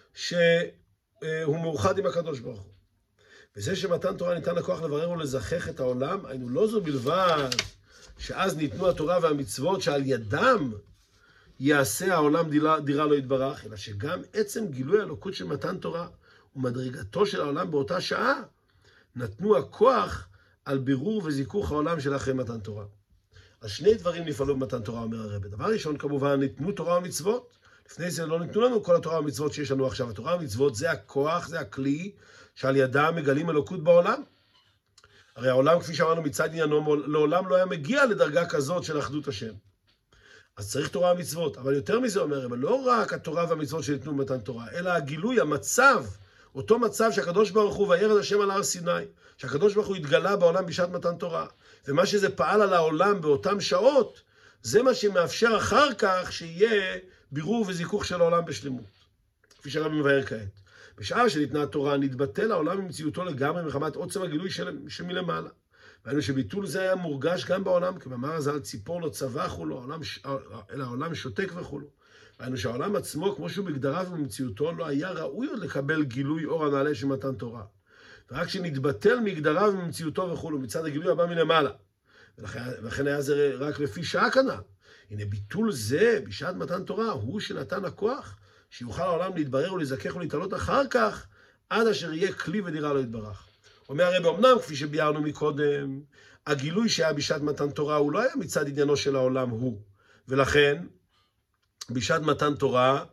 שהוא מאוחד עם הקדוש ברוך הוא. וזה שמתן תורה ניתן לכוח לברר ולזכך את העולם, היינו לא זו בלבד שאז ניתנו התורה והמצוות שעל ידם יעשה העולם דירה, דירה לא יתברך, אלא שגם עצם גילוי האלוקות של מתן תורה ומדרגתו של העולם באותה שעה, נתנו הכוח על בירור וזיכוך העולם של אחרי מתן תורה. אז שני דברים נפעלו במתן תורה, אומר הרב. דבר ראשון, כמובן, ניתנו תורה ומצוות. לפני זה לא ניתנו לנו כל התורה ומצוות שיש לנו עכשיו. התורה ומצוות זה הכוח, זה הכלי, שעל ידם מגלים אלוקות בעולם. הרי העולם, כפי שאמרנו מצד עניינו, לעולם לא היה מגיע לדרגה כזאת של אחדות השם. אז צריך תורה ומצוות. אבל יותר מזה אומר הרב, לא רק התורה והמצוות שניתנו במתן תורה, אלא הגילוי, המצב, אותו מצב שהקדוש ברוך הוא וירד השם על הר סיני, שהקדוש ברוך הוא התגלה בעולם בשעת מתן תורה, ומה שזה פעל על העולם באותן שעות, זה מה שמאפשר אחר כך שיהיה בירור וזיכוך של העולם בשלמות. כפי שהרב מבאר כעת. בשעה שניתנה התורה, נתבטל העולם ממציאותו לגמרי מחמת עוצם הגילוי של, שמלמעלה. והיינו שביטול זה היה מורגש גם בעולם, כמאמר הז"ל ציפור לא צווחו לו, העולם, אלא העולם שותק וכולו. היינו שהעולם עצמו, כמו שהוא בגדריו ומציאותו, לא היה ראוי עוד לקבל גילוי אור הנעלה של מתן תורה. ורק שנתבטל מגדריו ומציאותו וכולו, מצד הגילוי הבא מלמעלה. ולכן, ולכן היה זה רק לפי שעה קנה. הנה ביטול זה, בשעת מתן תורה, הוא שנתן הכוח, שיוכל העולם להתברר ולהזכך ולהתעלות אחר כך, עד אשר יהיה כלי ודירה לא יתברך. אומר הרב, אמנם כפי שביארנו מקודם, הגילוי שהיה בשעת מתן תורה, הוא לא היה מצד עניינו של העולם הוא. ולכן, בשעת מתן תורה,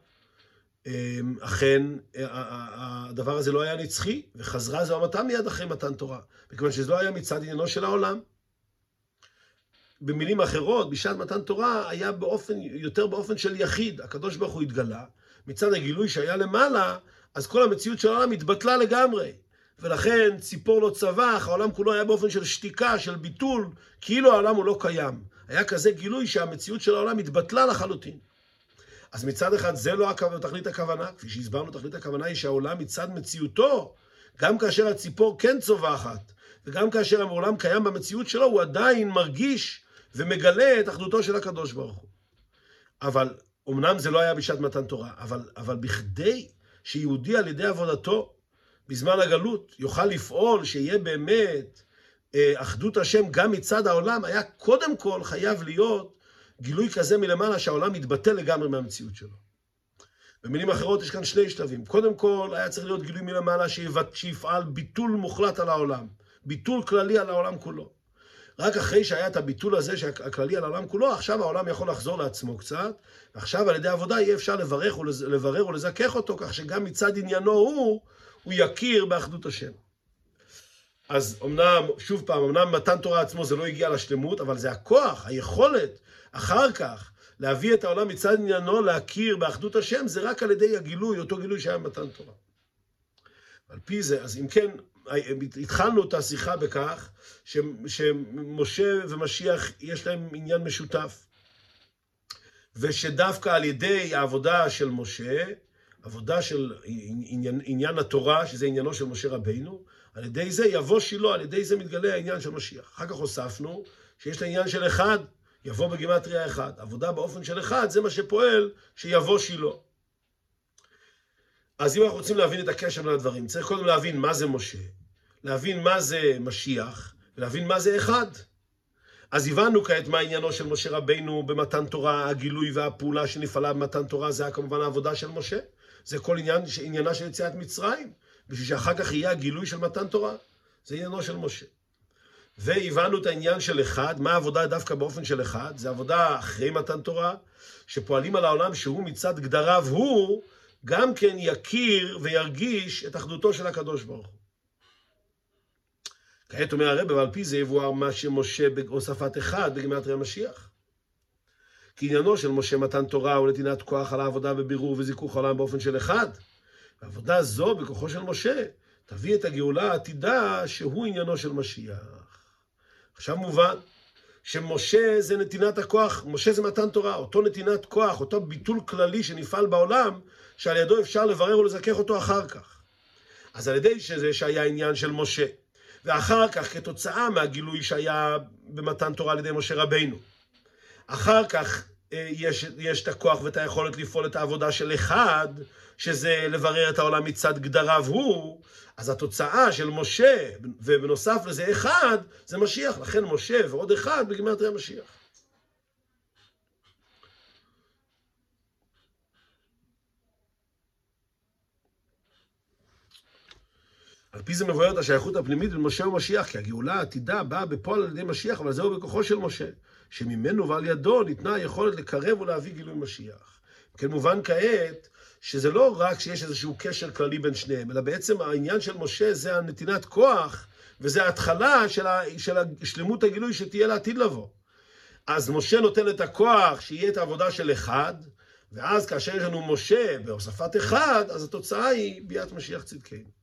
אכן הדבר הזה לא היה נצחי, וחזרה זוהמתה מיד אחרי מתן תורה, מכיוון שזה לא היה מצד עניינו של העולם. במילים אחרות, בשעת מתן תורה היה באופן, יותר באופן של יחיד, הקדוש ברוך הוא התגלה, מצד הגילוי שהיה למעלה, אז כל המציאות של העולם התבטלה לגמרי, ולכן ציפור לא צבח, העולם כולו היה באופן של שתיקה, של ביטול, כאילו העולם הוא לא קיים. היה כזה גילוי שהמציאות של העולם התבטלה לחלוטין. אז מצד אחד זה לא תכלית הכוונה, כפי שהסברנו, תכלית הכוונה היא שהעולם מצד מציאותו, גם כאשר הציפור כן צובחת, וגם כאשר העולם קיים במציאות שלו, הוא עדיין מרגיש ומגלה את אחדותו של הקדוש ברוך הוא. אבל אמנם זה לא היה בשעת מתן תורה, אבל, אבל בכדי שיהודי על ידי עבודתו, בזמן הגלות, יוכל לפעול שיהיה באמת אחדות השם גם מצד העולם, היה קודם כל חייב להיות גילוי כזה מלמעלה שהעולם מתבטל לגמרי מהמציאות שלו. במילים אחרות יש כאן שני שלבים. קודם כל היה צריך להיות גילוי מלמעלה שיפעל ביטול מוחלט על העולם, ביטול כללי על העולם כולו. רק אחרי שהיה את הביטול הזה הכללי על העולם כולו, עכשיו העולם יכול לחזור לעצמו קצת, ועכשיו על ידי עבודה יהיה אפשר לברך ולברר ולזכך אותו, כך שגם מצד עניינו הוא, הוא יכיר באחדות השם. אז אמנם, שוב פעם, אמנם מתן תורה עצמו זה לא הגיע לשלמות, אבל זה הכוח, היכולת, אחר כך, להביא את העולם מצד עניינו, להכיר באחדות השם, זה רק על ידי הגילוי, אותו גילוי שהיה מתן תורה. על פי זה, אז אם כן, התחלנו את השיחה בכך, ש, שמשה ומשיח יש להם עניין משותף, ושדווקא על ידי העבודה של משה, עבודה של עניין, עניין התורה, שזה עניינו של משה רבינו, על ידי זה יבוא שילה, על ידי זה מתגלה העניין של משיח. אחר כך הוספנו שיש לעניין של אחד, יבוא בגימטריה אחד. עבודה באופן של אחד, זה מה שפועל שיבוא שילה. אז אם אנחנו רוצים להבין את הקשר בין הדברים, צריך קודם להבין מה זה משה, להבין מה זה משיח, ולהבין מה זה אחד. אז הבנו כעת מה עניינו של משה רבינו במתן תורה, הגילוי והפעולה שנפעלה במתן תורה, זה היה כמובן העבודה של משה. זה כל עניין, עניינה של יציאת מצרים, בשביל שאחר כך יהיה הגילוי של מתן תורה. זה עניינו של משה. והבנו את העניין של אחד, מה העבודה דווקא באופן של אחד, זה עבודה אחרי מתן תורה, שפועלים על העולם שהוא מצד גדריו הוא, גם כן יכיר וירגיש את אחדותו של הקדוש ברוך הוא. כעת אומר הרב, ועל פי זה יבואר מה שמשה בהוספת אחד בגימטריה משיח. כי עניינו של משה מתן תורה הוא נתינת כוח על העבודה בבירור וזיכוך העולם באופן של אחד. העבודה זו בכוחו של משה תביא את הגאולה העתידה שהוא עניינו של משיח. עכשיו מובן שמשה זה נתינת הכוח, משה זה מתן תורה, אותו נתינת כוח, אותו ביטול כללי שנפעל בעולם, שעל ידו אפשר לברר ולזכך אותו אחר כך. אז על ידי שזה שהיה עניין של משה, ואחר כך כתוצאה מהגילוי שהיה במתן תורה על ידי משה רבינו, אחר כך יש, יש את הכוח ואת היכולת לפעול את העבודה של אחד, שזה לברר את העולם מצד גדריו הוא, אז התוצאה של משה, ובנוסף לזה אחד, זה משיח. לכן משה ועוד אחד בגימטריה משיח. על פי זה מבוארת השייכות הפנימית בין משה ומשיח, כי הגאולה העתידה באה בפועל על ידי משיח, אבל זהו בכוחו של משה, שממנו ועל ידו ניתנה היכולת לקרב ולהביא גילוי משיח. כן מובן כעת, שזה לא רק שיש איזשהו קשר כללי בין שניהם, אלא בעצם העניין של משה זה הנתינת כוח, וזה ההתחלה של, ה, של השלמות הגילוי שתהיה לעתיד לבוא. אז משה נותן את הכוח שיהיה את העבודה של אחד, ואז כאשר יש לנו משה בהוספת אחד, אז התוצאה היא ביאת משיח צדקנו.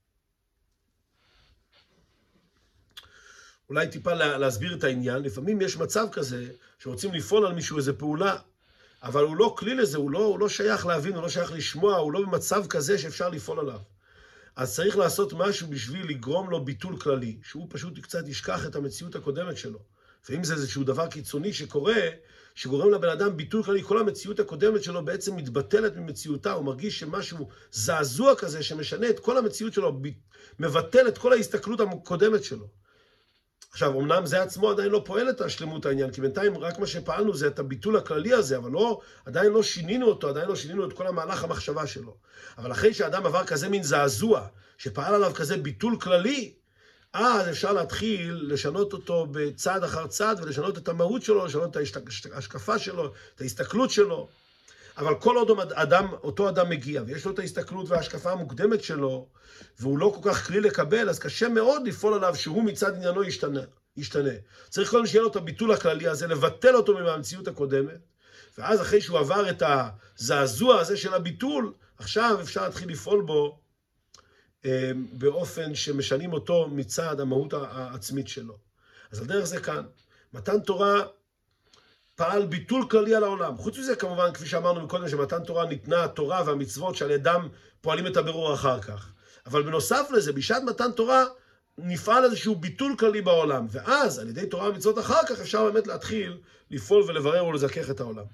אולי טיפה להסביר את העניין, לפעמים יש מצב כזה שרוצים לפעול על מישהו איזו פעולה, אבל הוא לא כלי לזה, הוא לא, הוא לא שייך להבין, הוא לא שייך לשמוע, הוא לא במצב כזה שאפשר לפעול עליו. אז צריך לעשות משהו בשביל לגרום לו ביטול כללי, שהוא פשוט קצת ישכח את המציאות הקודמת שלו. ואם זה איזשהו דבר קיצוני שקורה, שגורם לבן אדם ביטול כללי, כל המציאות הקודמת שלו בעצם מתבטלת ממציאותה, הוא מרגיש שמשהו זעזוע כזה שמשנה את כל המציאות שלו, מבטל את כל ההסתכלות הקודמת שלו. עכשיו, אמנם זה עצמו עדיין לא פועל את השלמות העניין, כי בינתיים רק מה שפעלנו זה את הביטול הכללי הזה, אבל לא, עדיין לא שינינו אותו, עדיין לא שינינו את כל המהלך המחשבה שלו. אבל אחרי שאדם עבר כזה מין זעזוע, שפעל עליו כזה ביטול כללי, אז אפשר להתחיל לשנות אותו בצעד אחר צעד, ולשנות את המהות שלו, לשנות את ההשקפה שלו, את ההסתכלות שלו. אבל כל עוד אדם, אותו אדם מגיע, ויש לו את ההסתכלות וההשקפה המוקדמת שלו, והוא לא כל כך כלי לקבל, אז קשה מאוד לפעול עליו שהוא מצד עניינו ישתנה. ישתנה. צריך קודם שיהיה לו את הביטול הכללי הזה, לבטל אותו מהמציאות הקודמת, ואז אחרי שהוא עבר את הזעזוע הזה של הביטול, עכשיו אפשר להתחיל לפעול בו באופן שמשנים אותו מצד המהות העצמית שלו. אז על דרך זה כאן, מתן תורה פעל ביטול כללי על העולם. חוץ מזה, כמובן, כפי שאמרנו מקודם, שמתן תורה ניתנה התורה והמצוות שעל ידם פועלים את הבירור אחר כך. אבל בנוסף לזה, בשעת מתן תורה, נפעל איזשהו ביטול כללי בעולם. ואז, על ידי תורה ומצוות אחר כך, אפשר באמת להתחיל לפעול ולברר ולזכך את העולם.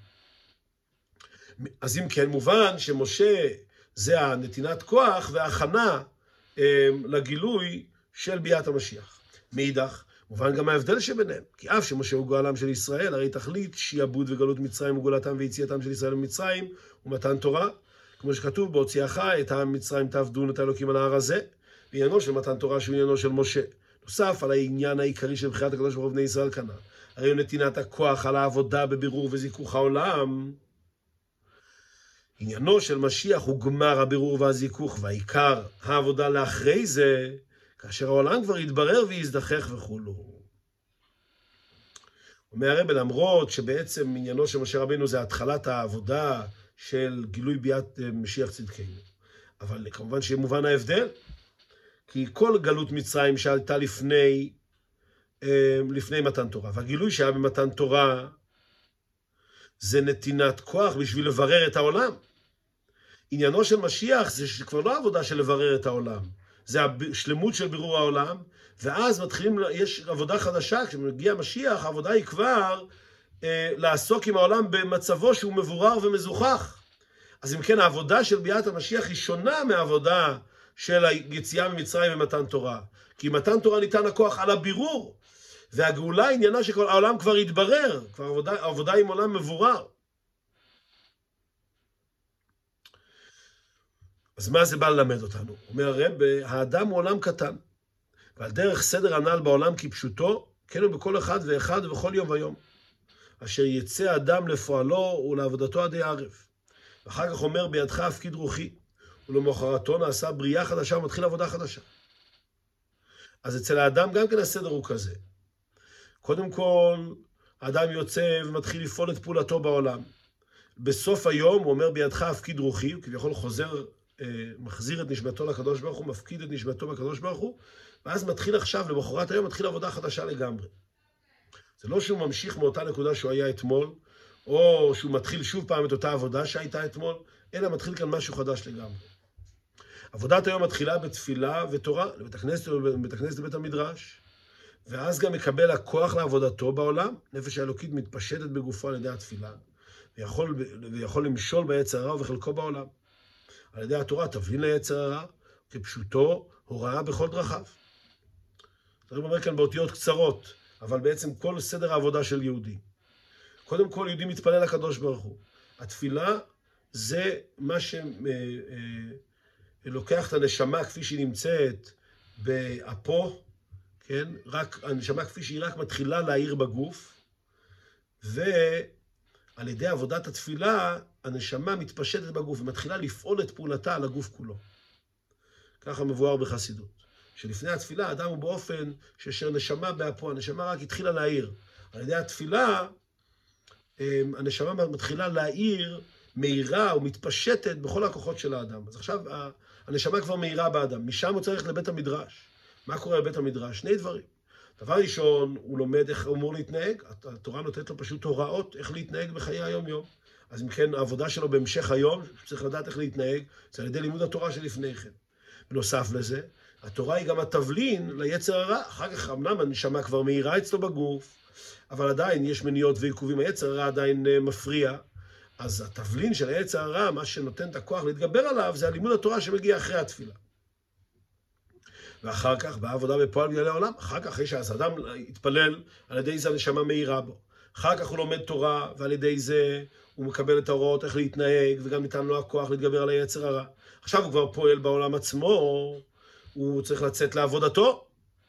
אז אם כן, מובן שמשה זה הנתינת כוח וההכנה אה, לגילוי של ביאת המשיח. מאידך, מובן גם ההבדל שביניהם, כי אף שמשה הוא גואלם של ישראל, הרי תכלית שיעבוד וגלות מצרים וגאולתם ויציאתם של ישראל ממצרים ומתן תורה, כמו שכתוב, בהוציאך את העם ממצרים תעבדון את האלוקים על ההר הזה, ועניינו של מתן תורה שהוא עניינו של משה. נוסף על העניין העיקרי של בחירת הקדוש ברוך הוא בני ישראל כנ"ל, הרי הוא נתינת הכוח על העבודה בבירור וזיכוך העולם. עניינו של משיח הוא גמר הבירור והזיכוך, והעיקר העבודה לאחרי זה, כאשר העולם כבר יתברר ויזדחך וכולו. אומר הרב, למרות שבעצם עניינו של משה רבינו זה התחלת העבודה של גילוי ביאת משיח צדקנו. אבל כמובן שיהיה מובן ההבדל, כי כל גלות מצרים שעלתה לפני, לפני מתן תורה, והגילוי שהיה במתן תורה זה נתינת כוח בשביל לברר את העולם. עניינו של משיח זה שכבר לא עבודה של לברר את העולם, זה השלמות של בירור העולם, ואז מתחילים, יש עבודה חדשה, כשמגיע משיח, העבודה היא כבר אה, לעסוק עם העולם במצבו שהוא מבורר ומזוכח. אז אם כן, העבודה של ביאת המשיח היא שונה מהעבודה של היציאה ממצרים ומתן תורה. כי מתן תורה ניתן הכוח על הבירור, והגאולה עניינה שכל העולם כבר יתברר, כבר עבודה, העבודה עם עולם מבורר. אז מה זה בא ללמד אותנו? אומר הרב, האדם הוא עולם קטן, ועל דרך סדר הנעל בעולם כפשוטו, כן הוא בכל אחד ואחד ובכל יום ויום, אשר יצא אדם לפועלו ולעבודתו עדי ערב. ואחר כך אומר, בידך הפקיד רוחי, ולמחרתו נעשה בריאה חדשה ומתחיל עבודה חדשה. אז אצל האדם גם כן הסדר הוא כזה. קודם כל, האדם יוצא ומתחיל לפעול את פעולתו בעולם. בסוף היום הוא אומר, בידך הפקיד רוחי, הוא כביכול חוזר, מחזיר את נשמתו לקדוש ברוך הוא, מפקיד את נשמתו בקדוש ברוך הוא, ואז מתחיל עכשיו, למחרת היום, מתחיל עבודה חדשה לגמרי. זה לא שהוא ממשיך מאותה נקודה שהוא היה אתמול, או שהוא מתחיל שוב פעם את אותה עבודה שהייתה אתמול, אלא מתחיל כאן משהו חדש לגמרי. עבודת היום מתחילה בתפילה ותורה, לבית הכנסת ובית הכנסת לבית המדרש, ואז גם מקבל הכוח לעבודתו בעולם, נפש האלוקית מתפשטת בגופו על ידי התפילה, ויכול, ויכול למשול ביצר הרע ובחלקו בעולם. על ידי התורה תבלין ליצר הרע, כפשוטו הוראה בכל דרכיו. אני אומר כאן באותיות קצרות, אבל בעצם כל סדר העבודה של יהודי. קודם כל יהודי מתפלל לקדוש ברוך הוא. התפילה זה מה שלוקח את הנשמה כפי שהיא נמצאת באפו, כן? רק, הנשמה כפי שהיא רק מתחילה להעיר בגוף, ועל ידי עבודת התפילה, הנשמה מתפשטת בגוף, ומתחילה לפעול את פעולתה על הגוף כולו. ככה מבואר בחסידות. שלפני התפילה, האדם הוא באופן שאשר נשמה באפו, הנשמה רק התחילה להעיר. על ידי התפילה, הנשמה מתחילה להעיר, מהירה ומתפשטת בכל הכוחות של האדם. אז עכשיו, הנשמה כבר מהירה באדם. משם הוא צריך לבית המדרש. מה קורה בבית המדרש? שני דברים. דבר ראשון, הוא לומד איך הוא אמור להתנהג. התורה נותנת לו פשוט הוראות איך להתנהג בחיי היום-יום. אז אם כן, העבודה שלו בהמשך היום, צריך לדעת איך להתנהג, זה על ידי לימוד התורה שלפני כן. בנוסף לזה, התורה היא גם התבלין ליצר הרע. אחר כך, אמנם הנשמה כבר מהירה אצלו בגוף, אבל עדיין יש מניעות ועיכובים. היצר הרע עדיין מפריע. אז התבלין של היצר הרע, מה שנותן את הכוח להתגבר עליו, זה הלימוד התורה שמגיע אחרי התפילה. ואחר כך באה עבודה בפועל בגלל העולם. אחר כך, אחרי שהאדם יתפלל, על ידי זה הנשמה מהירה בו. אחר כך הוא לומד תורה, ועל ידי זה הוא מקבל את ההוראות איך להתנהג, וגם ניתן לו הכוח להתגבר על היצר הרע. עכשיו הוא כבר פועל בעולם עצמו, הוא צריך לצאת לעבודתו.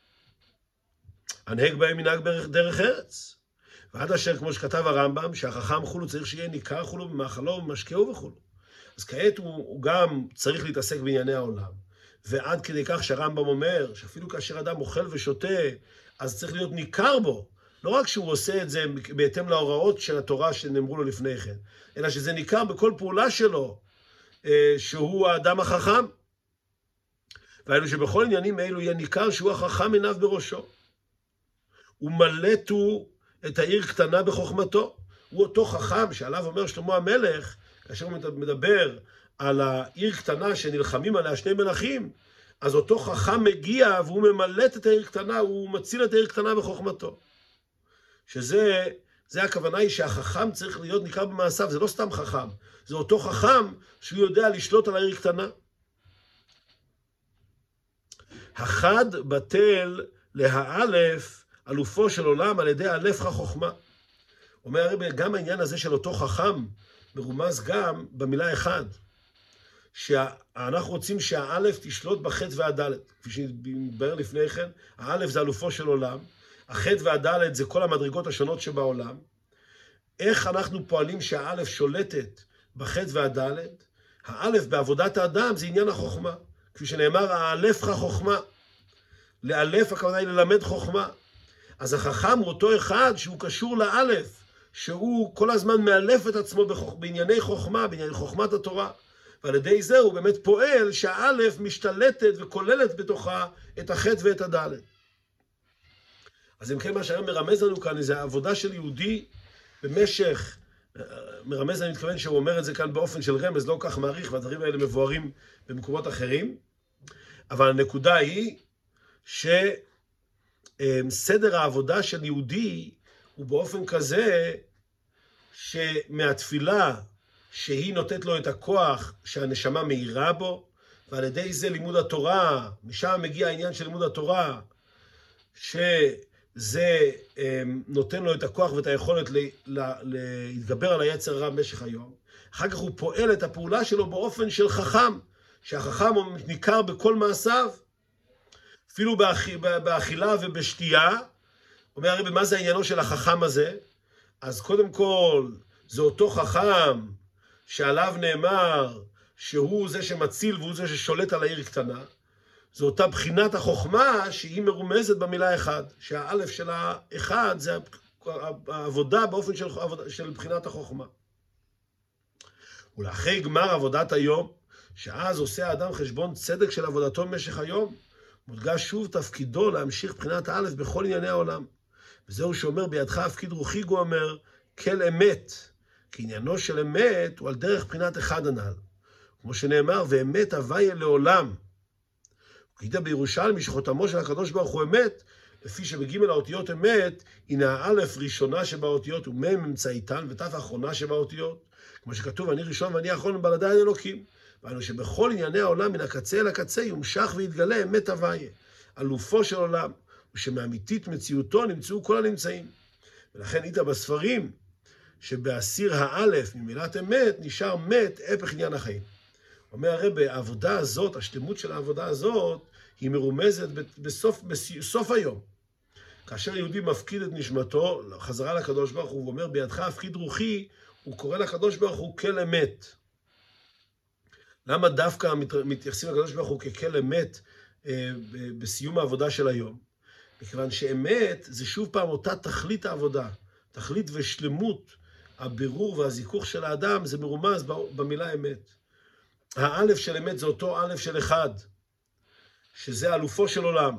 הנהג בהם מנהג דרך ארץ. ועד אשר, כמו שכתב הרמב"ם, שהחכם חולו צריך שיהיה ניכר חולו במאכלו ובמשקהו וכולו. אז כעת הוא, הוא גם צריך להתעסק בענייני העולם. ועד כדי כך שהרמב"ם אומר, שאפילו כאשר אדם אוכל ושותה, אז צריך להיות ניכר בו. לא רק שהוא עושה את זה בהתאם להוראות של התורה שנאמרו לו לפני כן, אלא שזה ניכר בכל פעולה שלו, שהוא האדם החכם. והיינו שבכל עניינים אלו יהיה ניכר שהוא החכם עיניו בראשו. ומלאתו את העיר קטנה בחוכמתו. הוא אותו חכם שעליו אומר שלמה המלך, כאשר הוא מדבר על העיר קטנה שנלחמים עליה שני מלכים, אז אותו חכם מגיע והוא ממלט את העיר קטנה, הוא מציל את העיר קטנה בחוכמתו. שזה, זה הכוונה היא שהחכם צריך להיות ניכר במעשיו, זה לא סתם חכם, זה אותו חכם שהוא יודע לשלוט על העיר קטנה. החד בטל להאלף אלופו של עולם על ידי אלף החוכמה. אומר הרב, גם העניין הזה של אותו חכם מרומז גם במילה אחד. שאנחנו רוצים שהאלף תשלוט בחטא והדלת. כפי שנדבר לפני כן, האלף זה אלופו של עולם, החטא והדלת זה כל המדרגות השונות שבעולם. איך אנחנו פועלים שהאלף שולטת בחטא והדלת? האלף בעבודת האדם זה עניין החוכמה. כפי שנאמר, האלף חוכמה. לאלף הכוונה היא ללמד חוכמה. אז החכם הוא אותו אחד שהוא קשור לאלף, שהוא כל הזמן מאלף את עצמו בענייני חוכמה, בענייני חוכמת התורה. ועל ידי זה הוא באמת פועל שהאלף משתלטת וכוללת בתוכה את החטא ואת הדלת. אז אם כן מה שהיום מרמז לנו כאן, זה העבודה של יהודי במשך, מרמז אני מתכוון שהוא אומר את זה כאן באופן של רמז, לא כך מעריך, והדברים האלה מבוארים במקומות אחרים. אבל הנקודה היא שסדר העבודה של יהודי הוא באופן כזה שמהתפילה שהיא נותנת לו את הכוח שהנשמה מאירה בו, ועל ידי זה לימוד התורה, משם מגיע העניין של לימוד התורה, שזה נותן לו את הכוח ואת היכולת להתגבר על היצר הרע במשך היום. אחר כך הוא פועל את הפעולה שלו באופן של חכם, שהחכם ניכר בכל מעשיו, אפילו באכילה ובשתייה. אומר הרב, מה זה העניינו של החכם הזה? אז קודם כל, זה אותו חכם, שעליו נאמר שהוא זה שמציל והוא זה ששולט על העיר קטנה. זו אותה בחינת החוכמה שהיא מרומזת במילה אחד, שהאלף של האחד זה העבודה באופן של, של בחינת החוכמה. ולאחרי גמר עבודת היום, שאז עושה האדם חשבון צדק של עבודתו במשך היום, מודגש שוב תפקידו להמשיך בחינת האלף בכל ענייני העולם. וזהו שאומר בידך הפקיד רוחי, הוא אומר, כל אמת. כי עניינו של אמת הוא על דרך בחינת אחד הנ"ל. כמו שנאמר, ואמת הוויה לעולם. וכיתה בירושלמי שחותמו של הקדוש ברוך הוא אמת, לפי שבגימל האותיות אמת, הנה האלף ראשונה שבאותיות, ומם אמצעיתן, ותף האחרונה שבאותיות. כמו שכתוב, אני ראשון ואני האחרון בלעדיי אלוקים. ואנו שבכל ענייני העולם מן הקצה אל הקצה יומשך ויתגלה אמת הוויה, אלופו של עולם, ושמאמיתית מציאותו נמצאו כל הנמצאים. ולכן איתה בספרים, שבאסיר האלף ממילת אמת נשאר מת הפך עניין החיים. אומר הרב, העבודה הזאת, השלמות של העבודה הזאת, היא מרומזת בסוף, בסוף היום. כאשר יהודי מפקיד את נשמתו, חזרה לקדוש ברוך הוא, ואומר, בידך הפקיד רוחי, הוא קורא לקדוש ברוך הוא כל אמת. למה דווקא מתייחסים לקדוש ברוך הוא ככל אמת אה, בסיום העבודה של היום? מכיוון שאמת זה שוב פעם אותה תכלית העבודה, תכלית ושלמות, הבירור והזיכוך של האדם זה מרומז במילה אמת. האלף של אמת זה אותו אלף של אחד, שזה אלופו של עולם.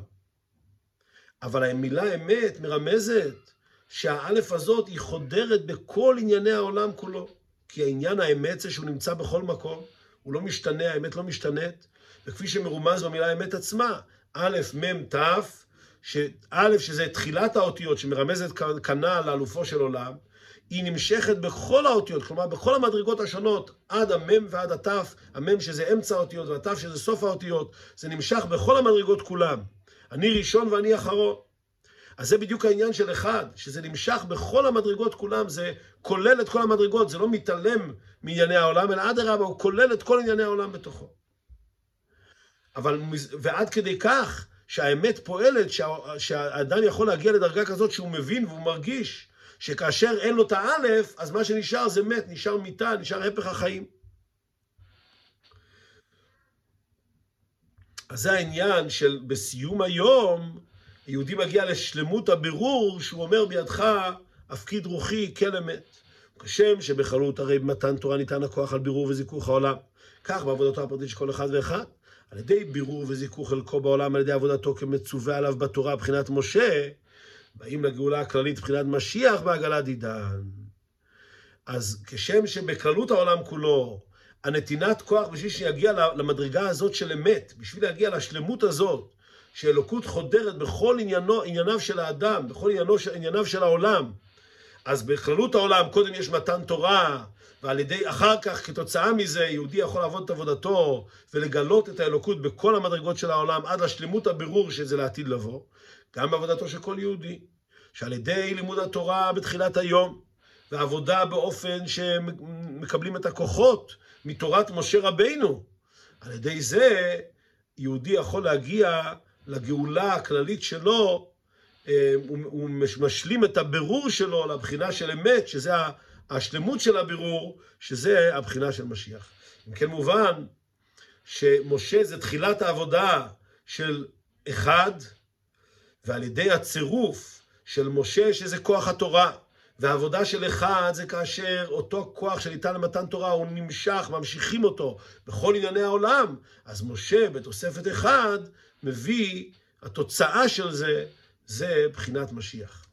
אבל המילה אמת מרמזת שהאלף הזאת היא חודרת בכל ענייני העולם כולו. כי העניין האמת זה שהוא נמצא בכל מקום, הוא לא משתנה, האמת לא משתנית, וכפי שמרומז במילה אמת עצמה, א', מ', ת', שא', שזה תחילת האותיות שמרמזת כנ"ל לאלופו של עולם, היא נמשכת בכל האותיות, כלומר בכל המדרגות השונות, עד המם ועד התף, המם שזה אמצע האותיות והתף שזה סוף האותיות, זה נמשך בכל המדרגות כולם. אני ראשון ואני אחרון. אז זה בדיוק העניין של אחד, שזה נמשך בכל המדרגות כולם, זה כולל את כל המדרגות, זה לא מתעלם מענייני העולם, אלא אדרבה, הוא כולל את כל ענייני העולם בתוכו. אבל, ועד כדי כך שהאמת פועלת, שה, שהאדם יכול להגיע לדרגה כזאת שהוא מבין והוא מרגיש, שכאשר אין לו את האלף, אז מה שנשאר זה מת, נשאר מיטה, נשאר הפך החיים. אז זה העניין של בסיום היום, היהודי מגיע לשלמות הבירור, שהוא אומר בידך, הפקיד רוחי כל אמת. כשם שבכללות הרי במתן תורה ניתן הכוח על בירור וזיכוך העולם. כך בעבודתו הפרטית של כל אחד ואחד, על ידי בירור וזיכוך חלקו בעולם, על ידי עבודתו כמצווה עליו בתורה, בחינת משה, באים לגאולה הכללית, בחינת משיח בעגלת עידן. אז כשם שבכללות העולם כולו, הנתינת כוח בשביל שיגיע למדרגה הזאת של אמת, בשביל להגיע לשלמות הזאת, שאלוקות חודרת בכל עניינו, ענייניו של האדם, בכל עניינו, ענייניו של העולם. אז בכללות העולם קודם יש מתן תורה, ועל ידי אחר כך כתוצאה מזה יהודי יכול לעבוד את עבודתו ולגלות את האלוקות בכל המדרגות של העולם עד לשלמות הבירור שזה לעתיד לבוא. גם בעבודתו של כל יהודי, שעל ידי לימוד התורה בתחילת היום ועבודה באופן שמקבלים את הכוחות מתורת משה רבינו, על ידי זה יהודי יכול להגיע לגאולה הכללית שלו, הוא משלים את הבירור שלו לבחינה של אמת, שזה השלמות של הבירור, שזה הבחינה של משיח. אם כן מובן שמשה זה תחילת העבודה של אחד, ועל ידי הצירוף של משה שזה כוח התורה, והעבודה של אחד זה כאשר אותו כוח שניתן למתן תורה הוא נמשך, ממשיכים אותו בכל ענייני העולם. אז משה בתוספת אחד מביא, התוצאה של זה זה בחינת משיח.